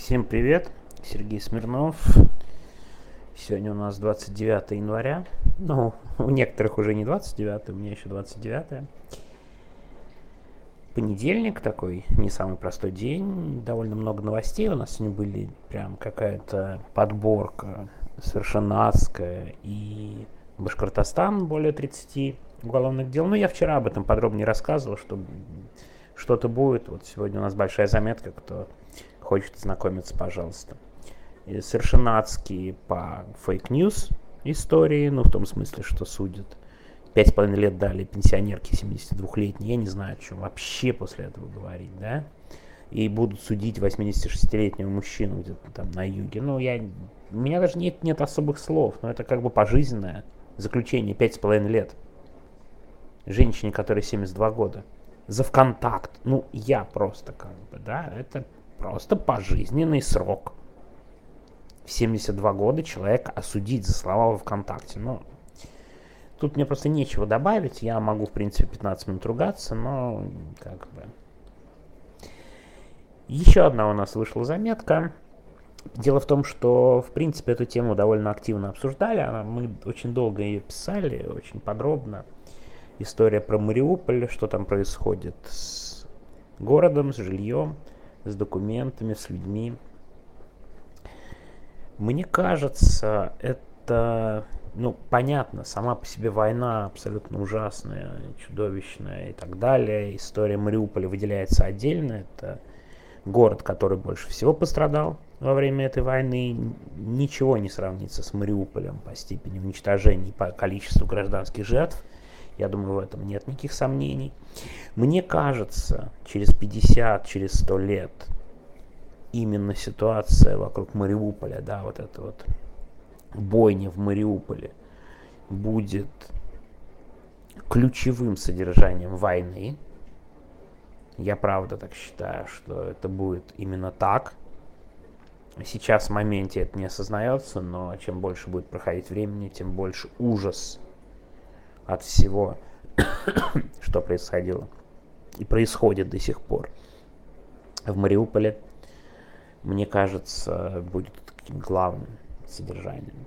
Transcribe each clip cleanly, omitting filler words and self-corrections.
Всем привет, Сергей Смирнов. Сегодня у нас 29 января. Ну, у некоторых уже не 29, у меня еще 29. Понедельник такой, не самый простой день. Довольно много новостей у нас сегодня были. Прям какая-то подборка совершенно адская. И Башкортостан, более 30 уголовных дел. Ну, я вчера об этом подробнее рассказывал, что что-то будет. Вот сегодня у нас большая заметка, кто хочет знакомиться, пожалуйста. И совершенно адские по фейк-ньюс истории, ну, в том смысле, что судят. 5,5 лет дали пенсионерке 72-летней, я не знаю, о чем вообще после этого говорить, да? И будут судить 86-летнего мужчину где-то там на юге. Ну, у меня даже нет особых слов, но это как бы пожизненное заключение 5,5 лет. Женщине, которой 72 года. За ВКонтакт. Ну, я просто как бы, да, это просто пожизненный срок. В 72 года человека осудить за слова во ВКонтакте. Ну, тут мне просто нечего добавить. Я могу, в принципе, 15 минут ругаться, но как бы... Еще одна у нас вышла заметка. Дело в том, что, в принципе, эту тему довольно активно обсуждали. Мы очень долго ее писали, очень подробно. История про Мариуполь, что там происходит с городом, с жильем, с документами, с людьми. Мне кажется, это, понятно, сама по себе война абсолютно ужасная, чудовищная и так далее. История Мариуполя выделяется отдельно. Это город, который больше всего пострадал во время этой войны. Ничего не сравнится с Мариуполем по степени уничтожения, по количеству гражданских жертв. Я думаю, в этом нет никаких сомнений. Мне кажется, через 50, через 100 лет именно ситуация вокруг Мариуполя, да, вот эта вот бойня в Мариуполе будет ключевым содержанием войны. Я правда так считаю, что это будет именно так. Сейчас в моменте это не осознается, но чем больше будет проходить времени, тем больше ужас от всего, что происходило и происходит до сих пор в Мариуполе, мне кажется, будет таким главным содержанием.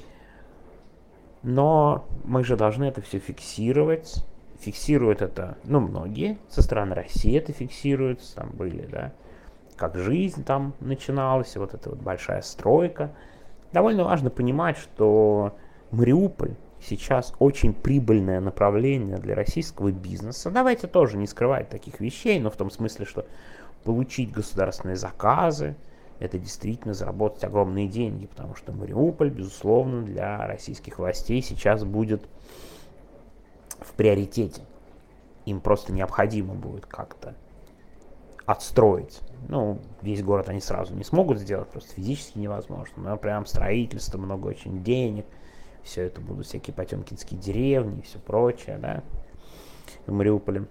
Но мы же должны это все фиксировать. Фиксируют это, многие со стороны России это фиксируют, там были, да, как жизнь там начиналась, вот эта вот большая стройка. Довольно важно понимать, что Мариуполь сейчас очень прибыльное направление для российского бизнеса. Давайте тоже не скрывать таких вещей, но в том смысле, что получить государственные заказы, это действительно заработать огромные деньги, потому что Мариуполь, безусловно, для российских властей сейчас будет в приоритете. Им просто необходимо будет как-то отстроить. Весь город они сразу не смогут сделать, просто физически невозможно. Но прям строительство, много очень денег. Все это будут всякие потемкинские деревни и все прочее, да, в Мариуполе.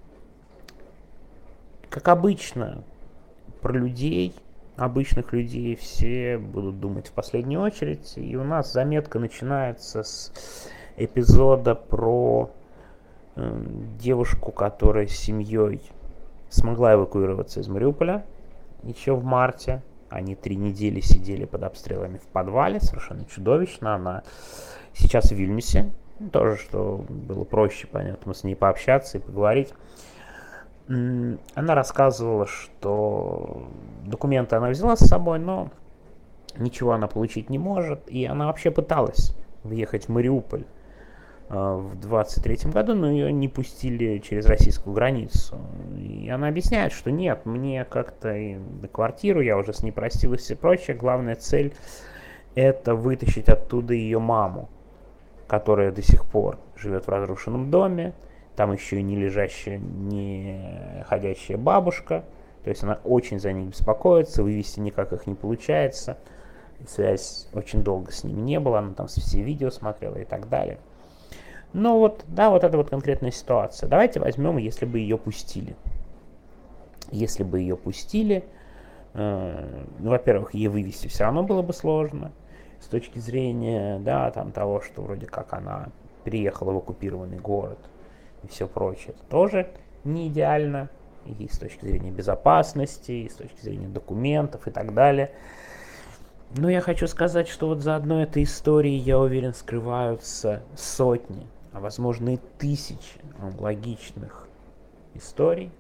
Как обычно, про людей, обычных людей все будут думать в последнюю очередь. И у нас заметка начинается с эпизода про девушку, которая с семьей смогла эвакуироваться из Мариуполя еще в марте. Они 3 недели сидели под обстрелами в подвале, совершенно чудовищно. Она сейчас в Вильнюсе, тоже, что было проще, понятно, с ней пообщаться и поговорить. Она рассказывала, что документы она взяла с собой, но ничего она получить не может. И она вообще пыталась въехать в Мариуполь в 23-м году, но ее не пустили через российскую границу. И она объясняет, что нет, мне как-то и на квартиру, я уже с ней простилась и прочее. Главная цель — это вытащить оттуда ее маму, которая до сих пор живет в разрушенном доме. Там еще и не лежащая, не ходящая бабушка. То есть она очень за них беспокоится, вывести никак их не получается. Связь очень долго с ними не было, она там все видео смотрела и так далее. Ну вот, да, вот это вот конкретная ситуация. Давайте возьмем, если бы ее пустили. Если бы ее пустили, во-первых, ее вывести все равно было бы сложно. С точки зрения, да, там того, что вроде как она переехала в оккупированный город и все прочее. Это тоже не идеально. и с точки зрения безопасности, и с точки зрения документов и так далее. Но я хочу сказать, что вот за одной этой историей, я уверен, скрываются сотни, а возможно и тысячи аналогичных историй,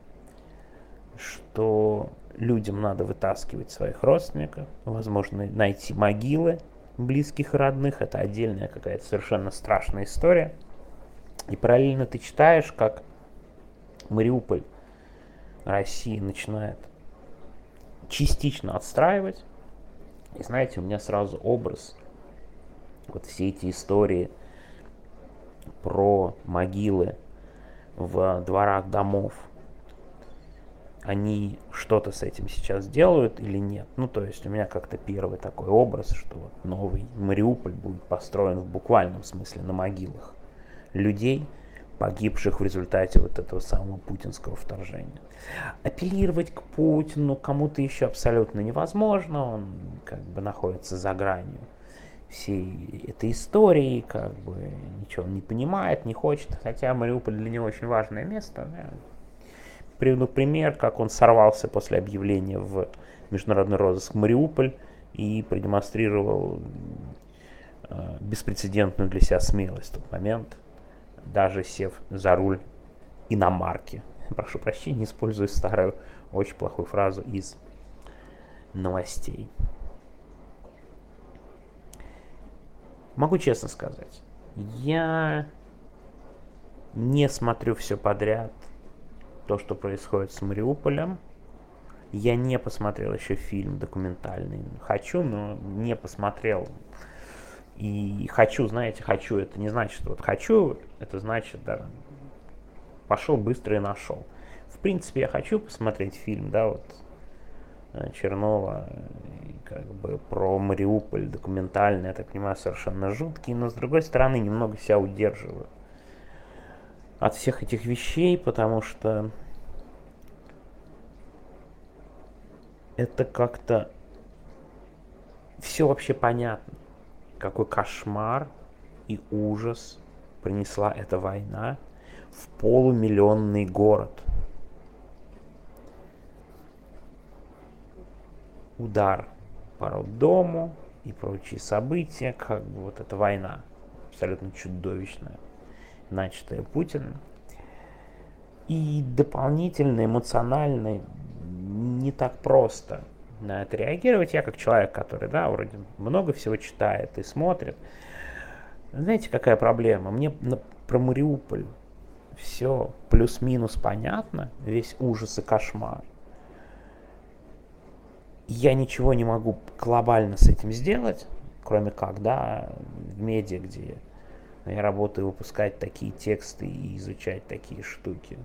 что людям надо вытаскивать своих родственников, возможно, найти могилы близких и родных. Это отдельная какая-то совершенно страшная история. И параллельно ты читаешь, как Мариуполь России начинает частично отстраивать. И знаете, у меня сразу образ, вот все эти истории про могилы в дворах домов, они что-то с этим сейчас делают или нет? Ну, то есть у меня как-то первый такой образ, что вот новый Мариуполь будет построен в буквальном смысле на могилах людей, погибших в результате вот этого самого путинского вторжения. Апеллировать к Путину кому-то еще абсолютно невозможно, он как бы находится за гранью всей этой истории, как бы ничего он не понимает, не хочет, хотя Мариуполь для него очень важное место. Да. Приведу пример, как он сорвался после объявления в международный розыск Мариуполь и продемонстрировал беспрецедентную для себя смелость в тот момент, даже сев за руль иномарки. Прошу прощения, использую старую, очень плохую фразу из новостей. Могу честно сказать, я не смотрю все подряд, то, что происходит с Мариуполем. Я не посмотрел еще фильм документальный. Хочу, но не посмотрел. И хочу, знаете, хочу, это не значит, вот хочу, это значит, да, пошел быстро и нашел. В принципе, я хочу посмотреть фильм, да, вот, Чернова, как бы про Мариуполь, документальный, я так понимаю, совершенно жуткий, но с другой стороны немного себя удерживаю от всех этих вещей, потому что это как-то все вообще понятно. Какой кошмар и ужас принесла эта война в полумиллионный город. Удар по роддому и прочие события, как бы вот эта война абсолютно чудовищная, начатая Путиным. И дополнительно, эмоционально не так просто на это реагировать. Я как человек, который, да, вроде много всего читает и смотрит. Знаете, какая проблема? Мне про Мариуполь все плюс-минус понятно, весь ужас и кошмар. Я ничего не могу глобально с этим сделать, кроме как, да, в медиа, где я работаю, выпускать такие тексты и изучать такие штуки.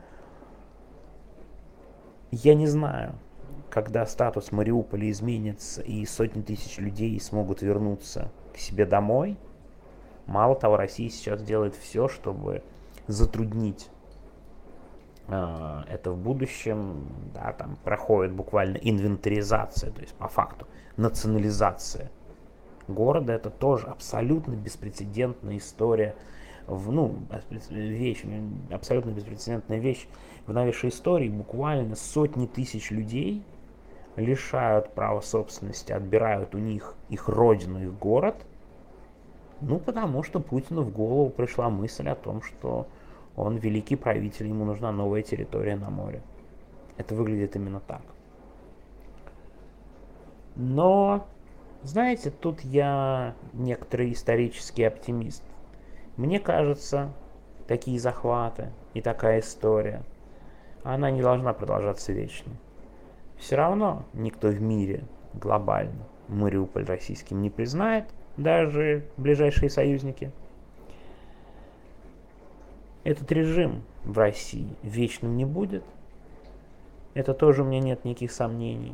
Я не знаю, когда статус Мариуполя изменится и сотни тысяч людей смогут вернуться к себе домой. Мало того, Россия сейчас делает все, чтобы затруднить это в будущем. Да, там проходит буквально инвентаризация, то есть по факту национализация города. Это тоже абсолютно беспрецедентная история, вещь, абсолютно беспрецедентная вещь в новейшей истории. Буквально сотни тысяч людей лишают права собственности, отбирают у них их родину, их город, потому что Путину в голову пришла мысль о том, что он великий правитель, ему нужна новая территория на море. Это выглядит именно так. Но, знаете, тут я некоторый исторический оптимист. Мне кажется, такие захваты и такая история, она не должна продолжаться вечно. Все равно никто в мире глобально Мариуполь российским не признает, даже ближайшие союзники. Этот режим в России вечным не будет. Это тоже у меня нет никаких сомнений.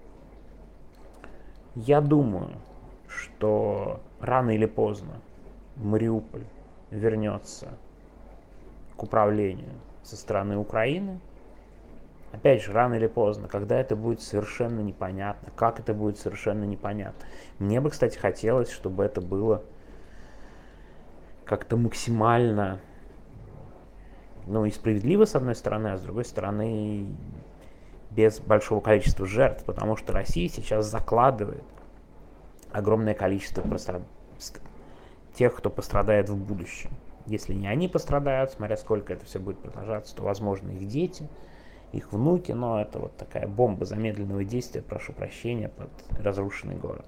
Я думаю, что рано или поздно Мариуполь вернется к управлению со стороны Украины. Опять же, рано или поздно, когда это будет совершенно непонятно, как это будет совершенно непонятно. Мне бы, кстати, хотелось, чтобы это было как-то максимально ну, и справедливо, с одной стороны, а с другой стороны, без большого количества жертв, потому что Россия сейчас закладывает огромное количество тех, кто пострадает в будущем. Если не они пострадают, смотря сколько это все будет продолжаться, то, возможно, их дети, их внуки, но это вот такая бомба замедленного действия, прошу прощения, под разрушенный город.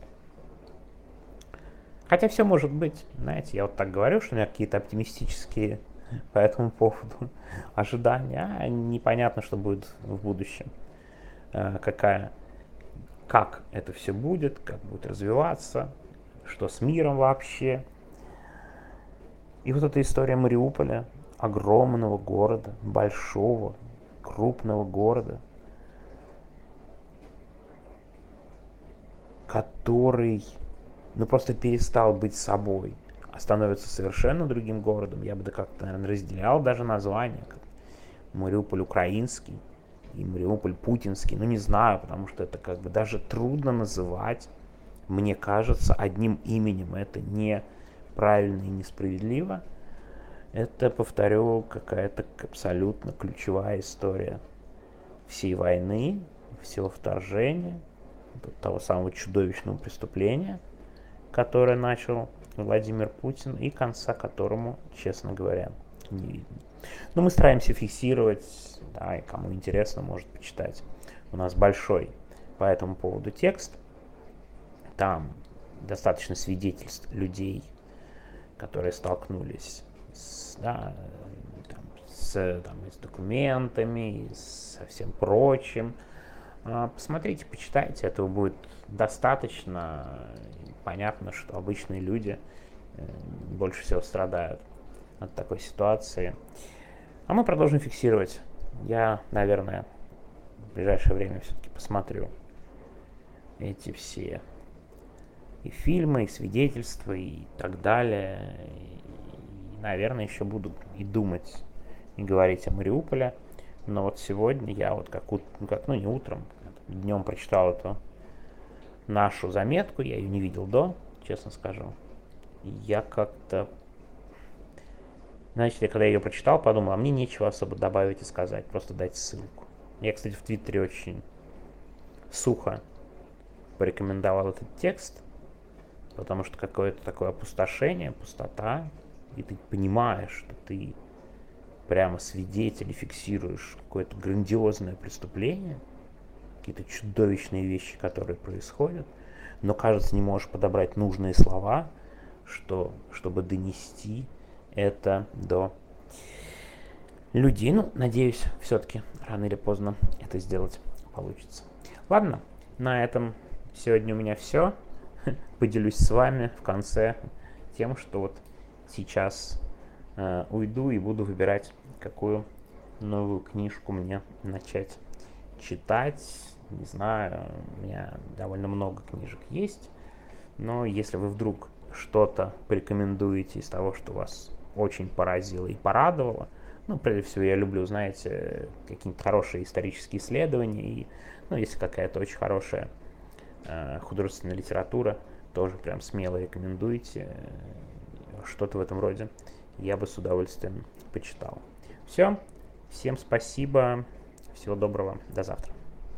Хотя все может быть, знаете, я вот так говорю, что у меня какие-то оптимистические по этому поводу ожидания, а непонятно, что будет в будущем, как это все будет, как будет развиваться, что с миром вообще. И вот эта история Мариуполя, огромного города, большого, крупного города, который, ну, просто перестал быть собой, а становится совершенно другим городом. Я бы как-то, наверное, разделял даже названия, как Мариуполь украинский и Мариуполь путинский. Ну, не знаю, потому что это как бы даже трудно называть, мне кажется, одним именем. Это неправильно и несправедливо. Это, повторю, какая-то абсолютно ключевая история всей войны, всего вторжения, того самого чудовищного преступления, которое начал Владимир Путин, и конца которому, честно говоря, не видно. Но мы стараемся фиксировать, да, и кому интересно, может почитать. У нас большой по этому поводу текст. Там достаточно свидетельств людей, которые столкнулись с документами, со всем прочим. Посмотрите, почитайте, этого будет достаточно. Понятно, что обычные люди больше всего страдают от такой ситуации. А мы продолжим фиксировать. Я, наверное, в ближайшее время все-таки посмотрю эти все и фильмы, и свидетельства, и так далее. И, наверное, еще буду и думать, и говорить о Мариуполе. Но вот сегодня я вот не утром, днем прочитал эту нашу заметку, я ее не видел до, честно скажу. И я как-то, знаете, когда я ее прочитал, подумал, а мне нечего особо добавить и сказать, просто дать ссылку. Я, кстати, в Твиттере очень сухо порекомендовал этот текст, потому что какое-то такое опустошение, пустота, и ты понимаешь, что ты прямо свидетель и фиксируешь какое-то грандиозное преступление, какие-то чудовищные вещи, которые происходят, но, кажется, не можешь подобрать нужные слова, чтобы донести это до людей. Ну, надеюсь, все-таки рано или поздно это сделать получится. Ладно, на этом сегодня у меня все. Поделюсь с вами в конце тем, что вот сейчас уйду и буду выбирать, какую новую книжку мне начать читать. Не знаю, у меня довольно много книжек есть, но если вы вдруг что-то порекомендуете из того, что вас очень поразило и порадовало, ну, прежде всего, я люблю, знаете, какие-то хорошие исторические исследования, и, ну, если какая-то очень хорошая художественная литература, тоже прям смело рекомендуйте, что-то в этом роде, я бы с удовольствием почитал. Все, всем спасибо, всего доброго, до завтра.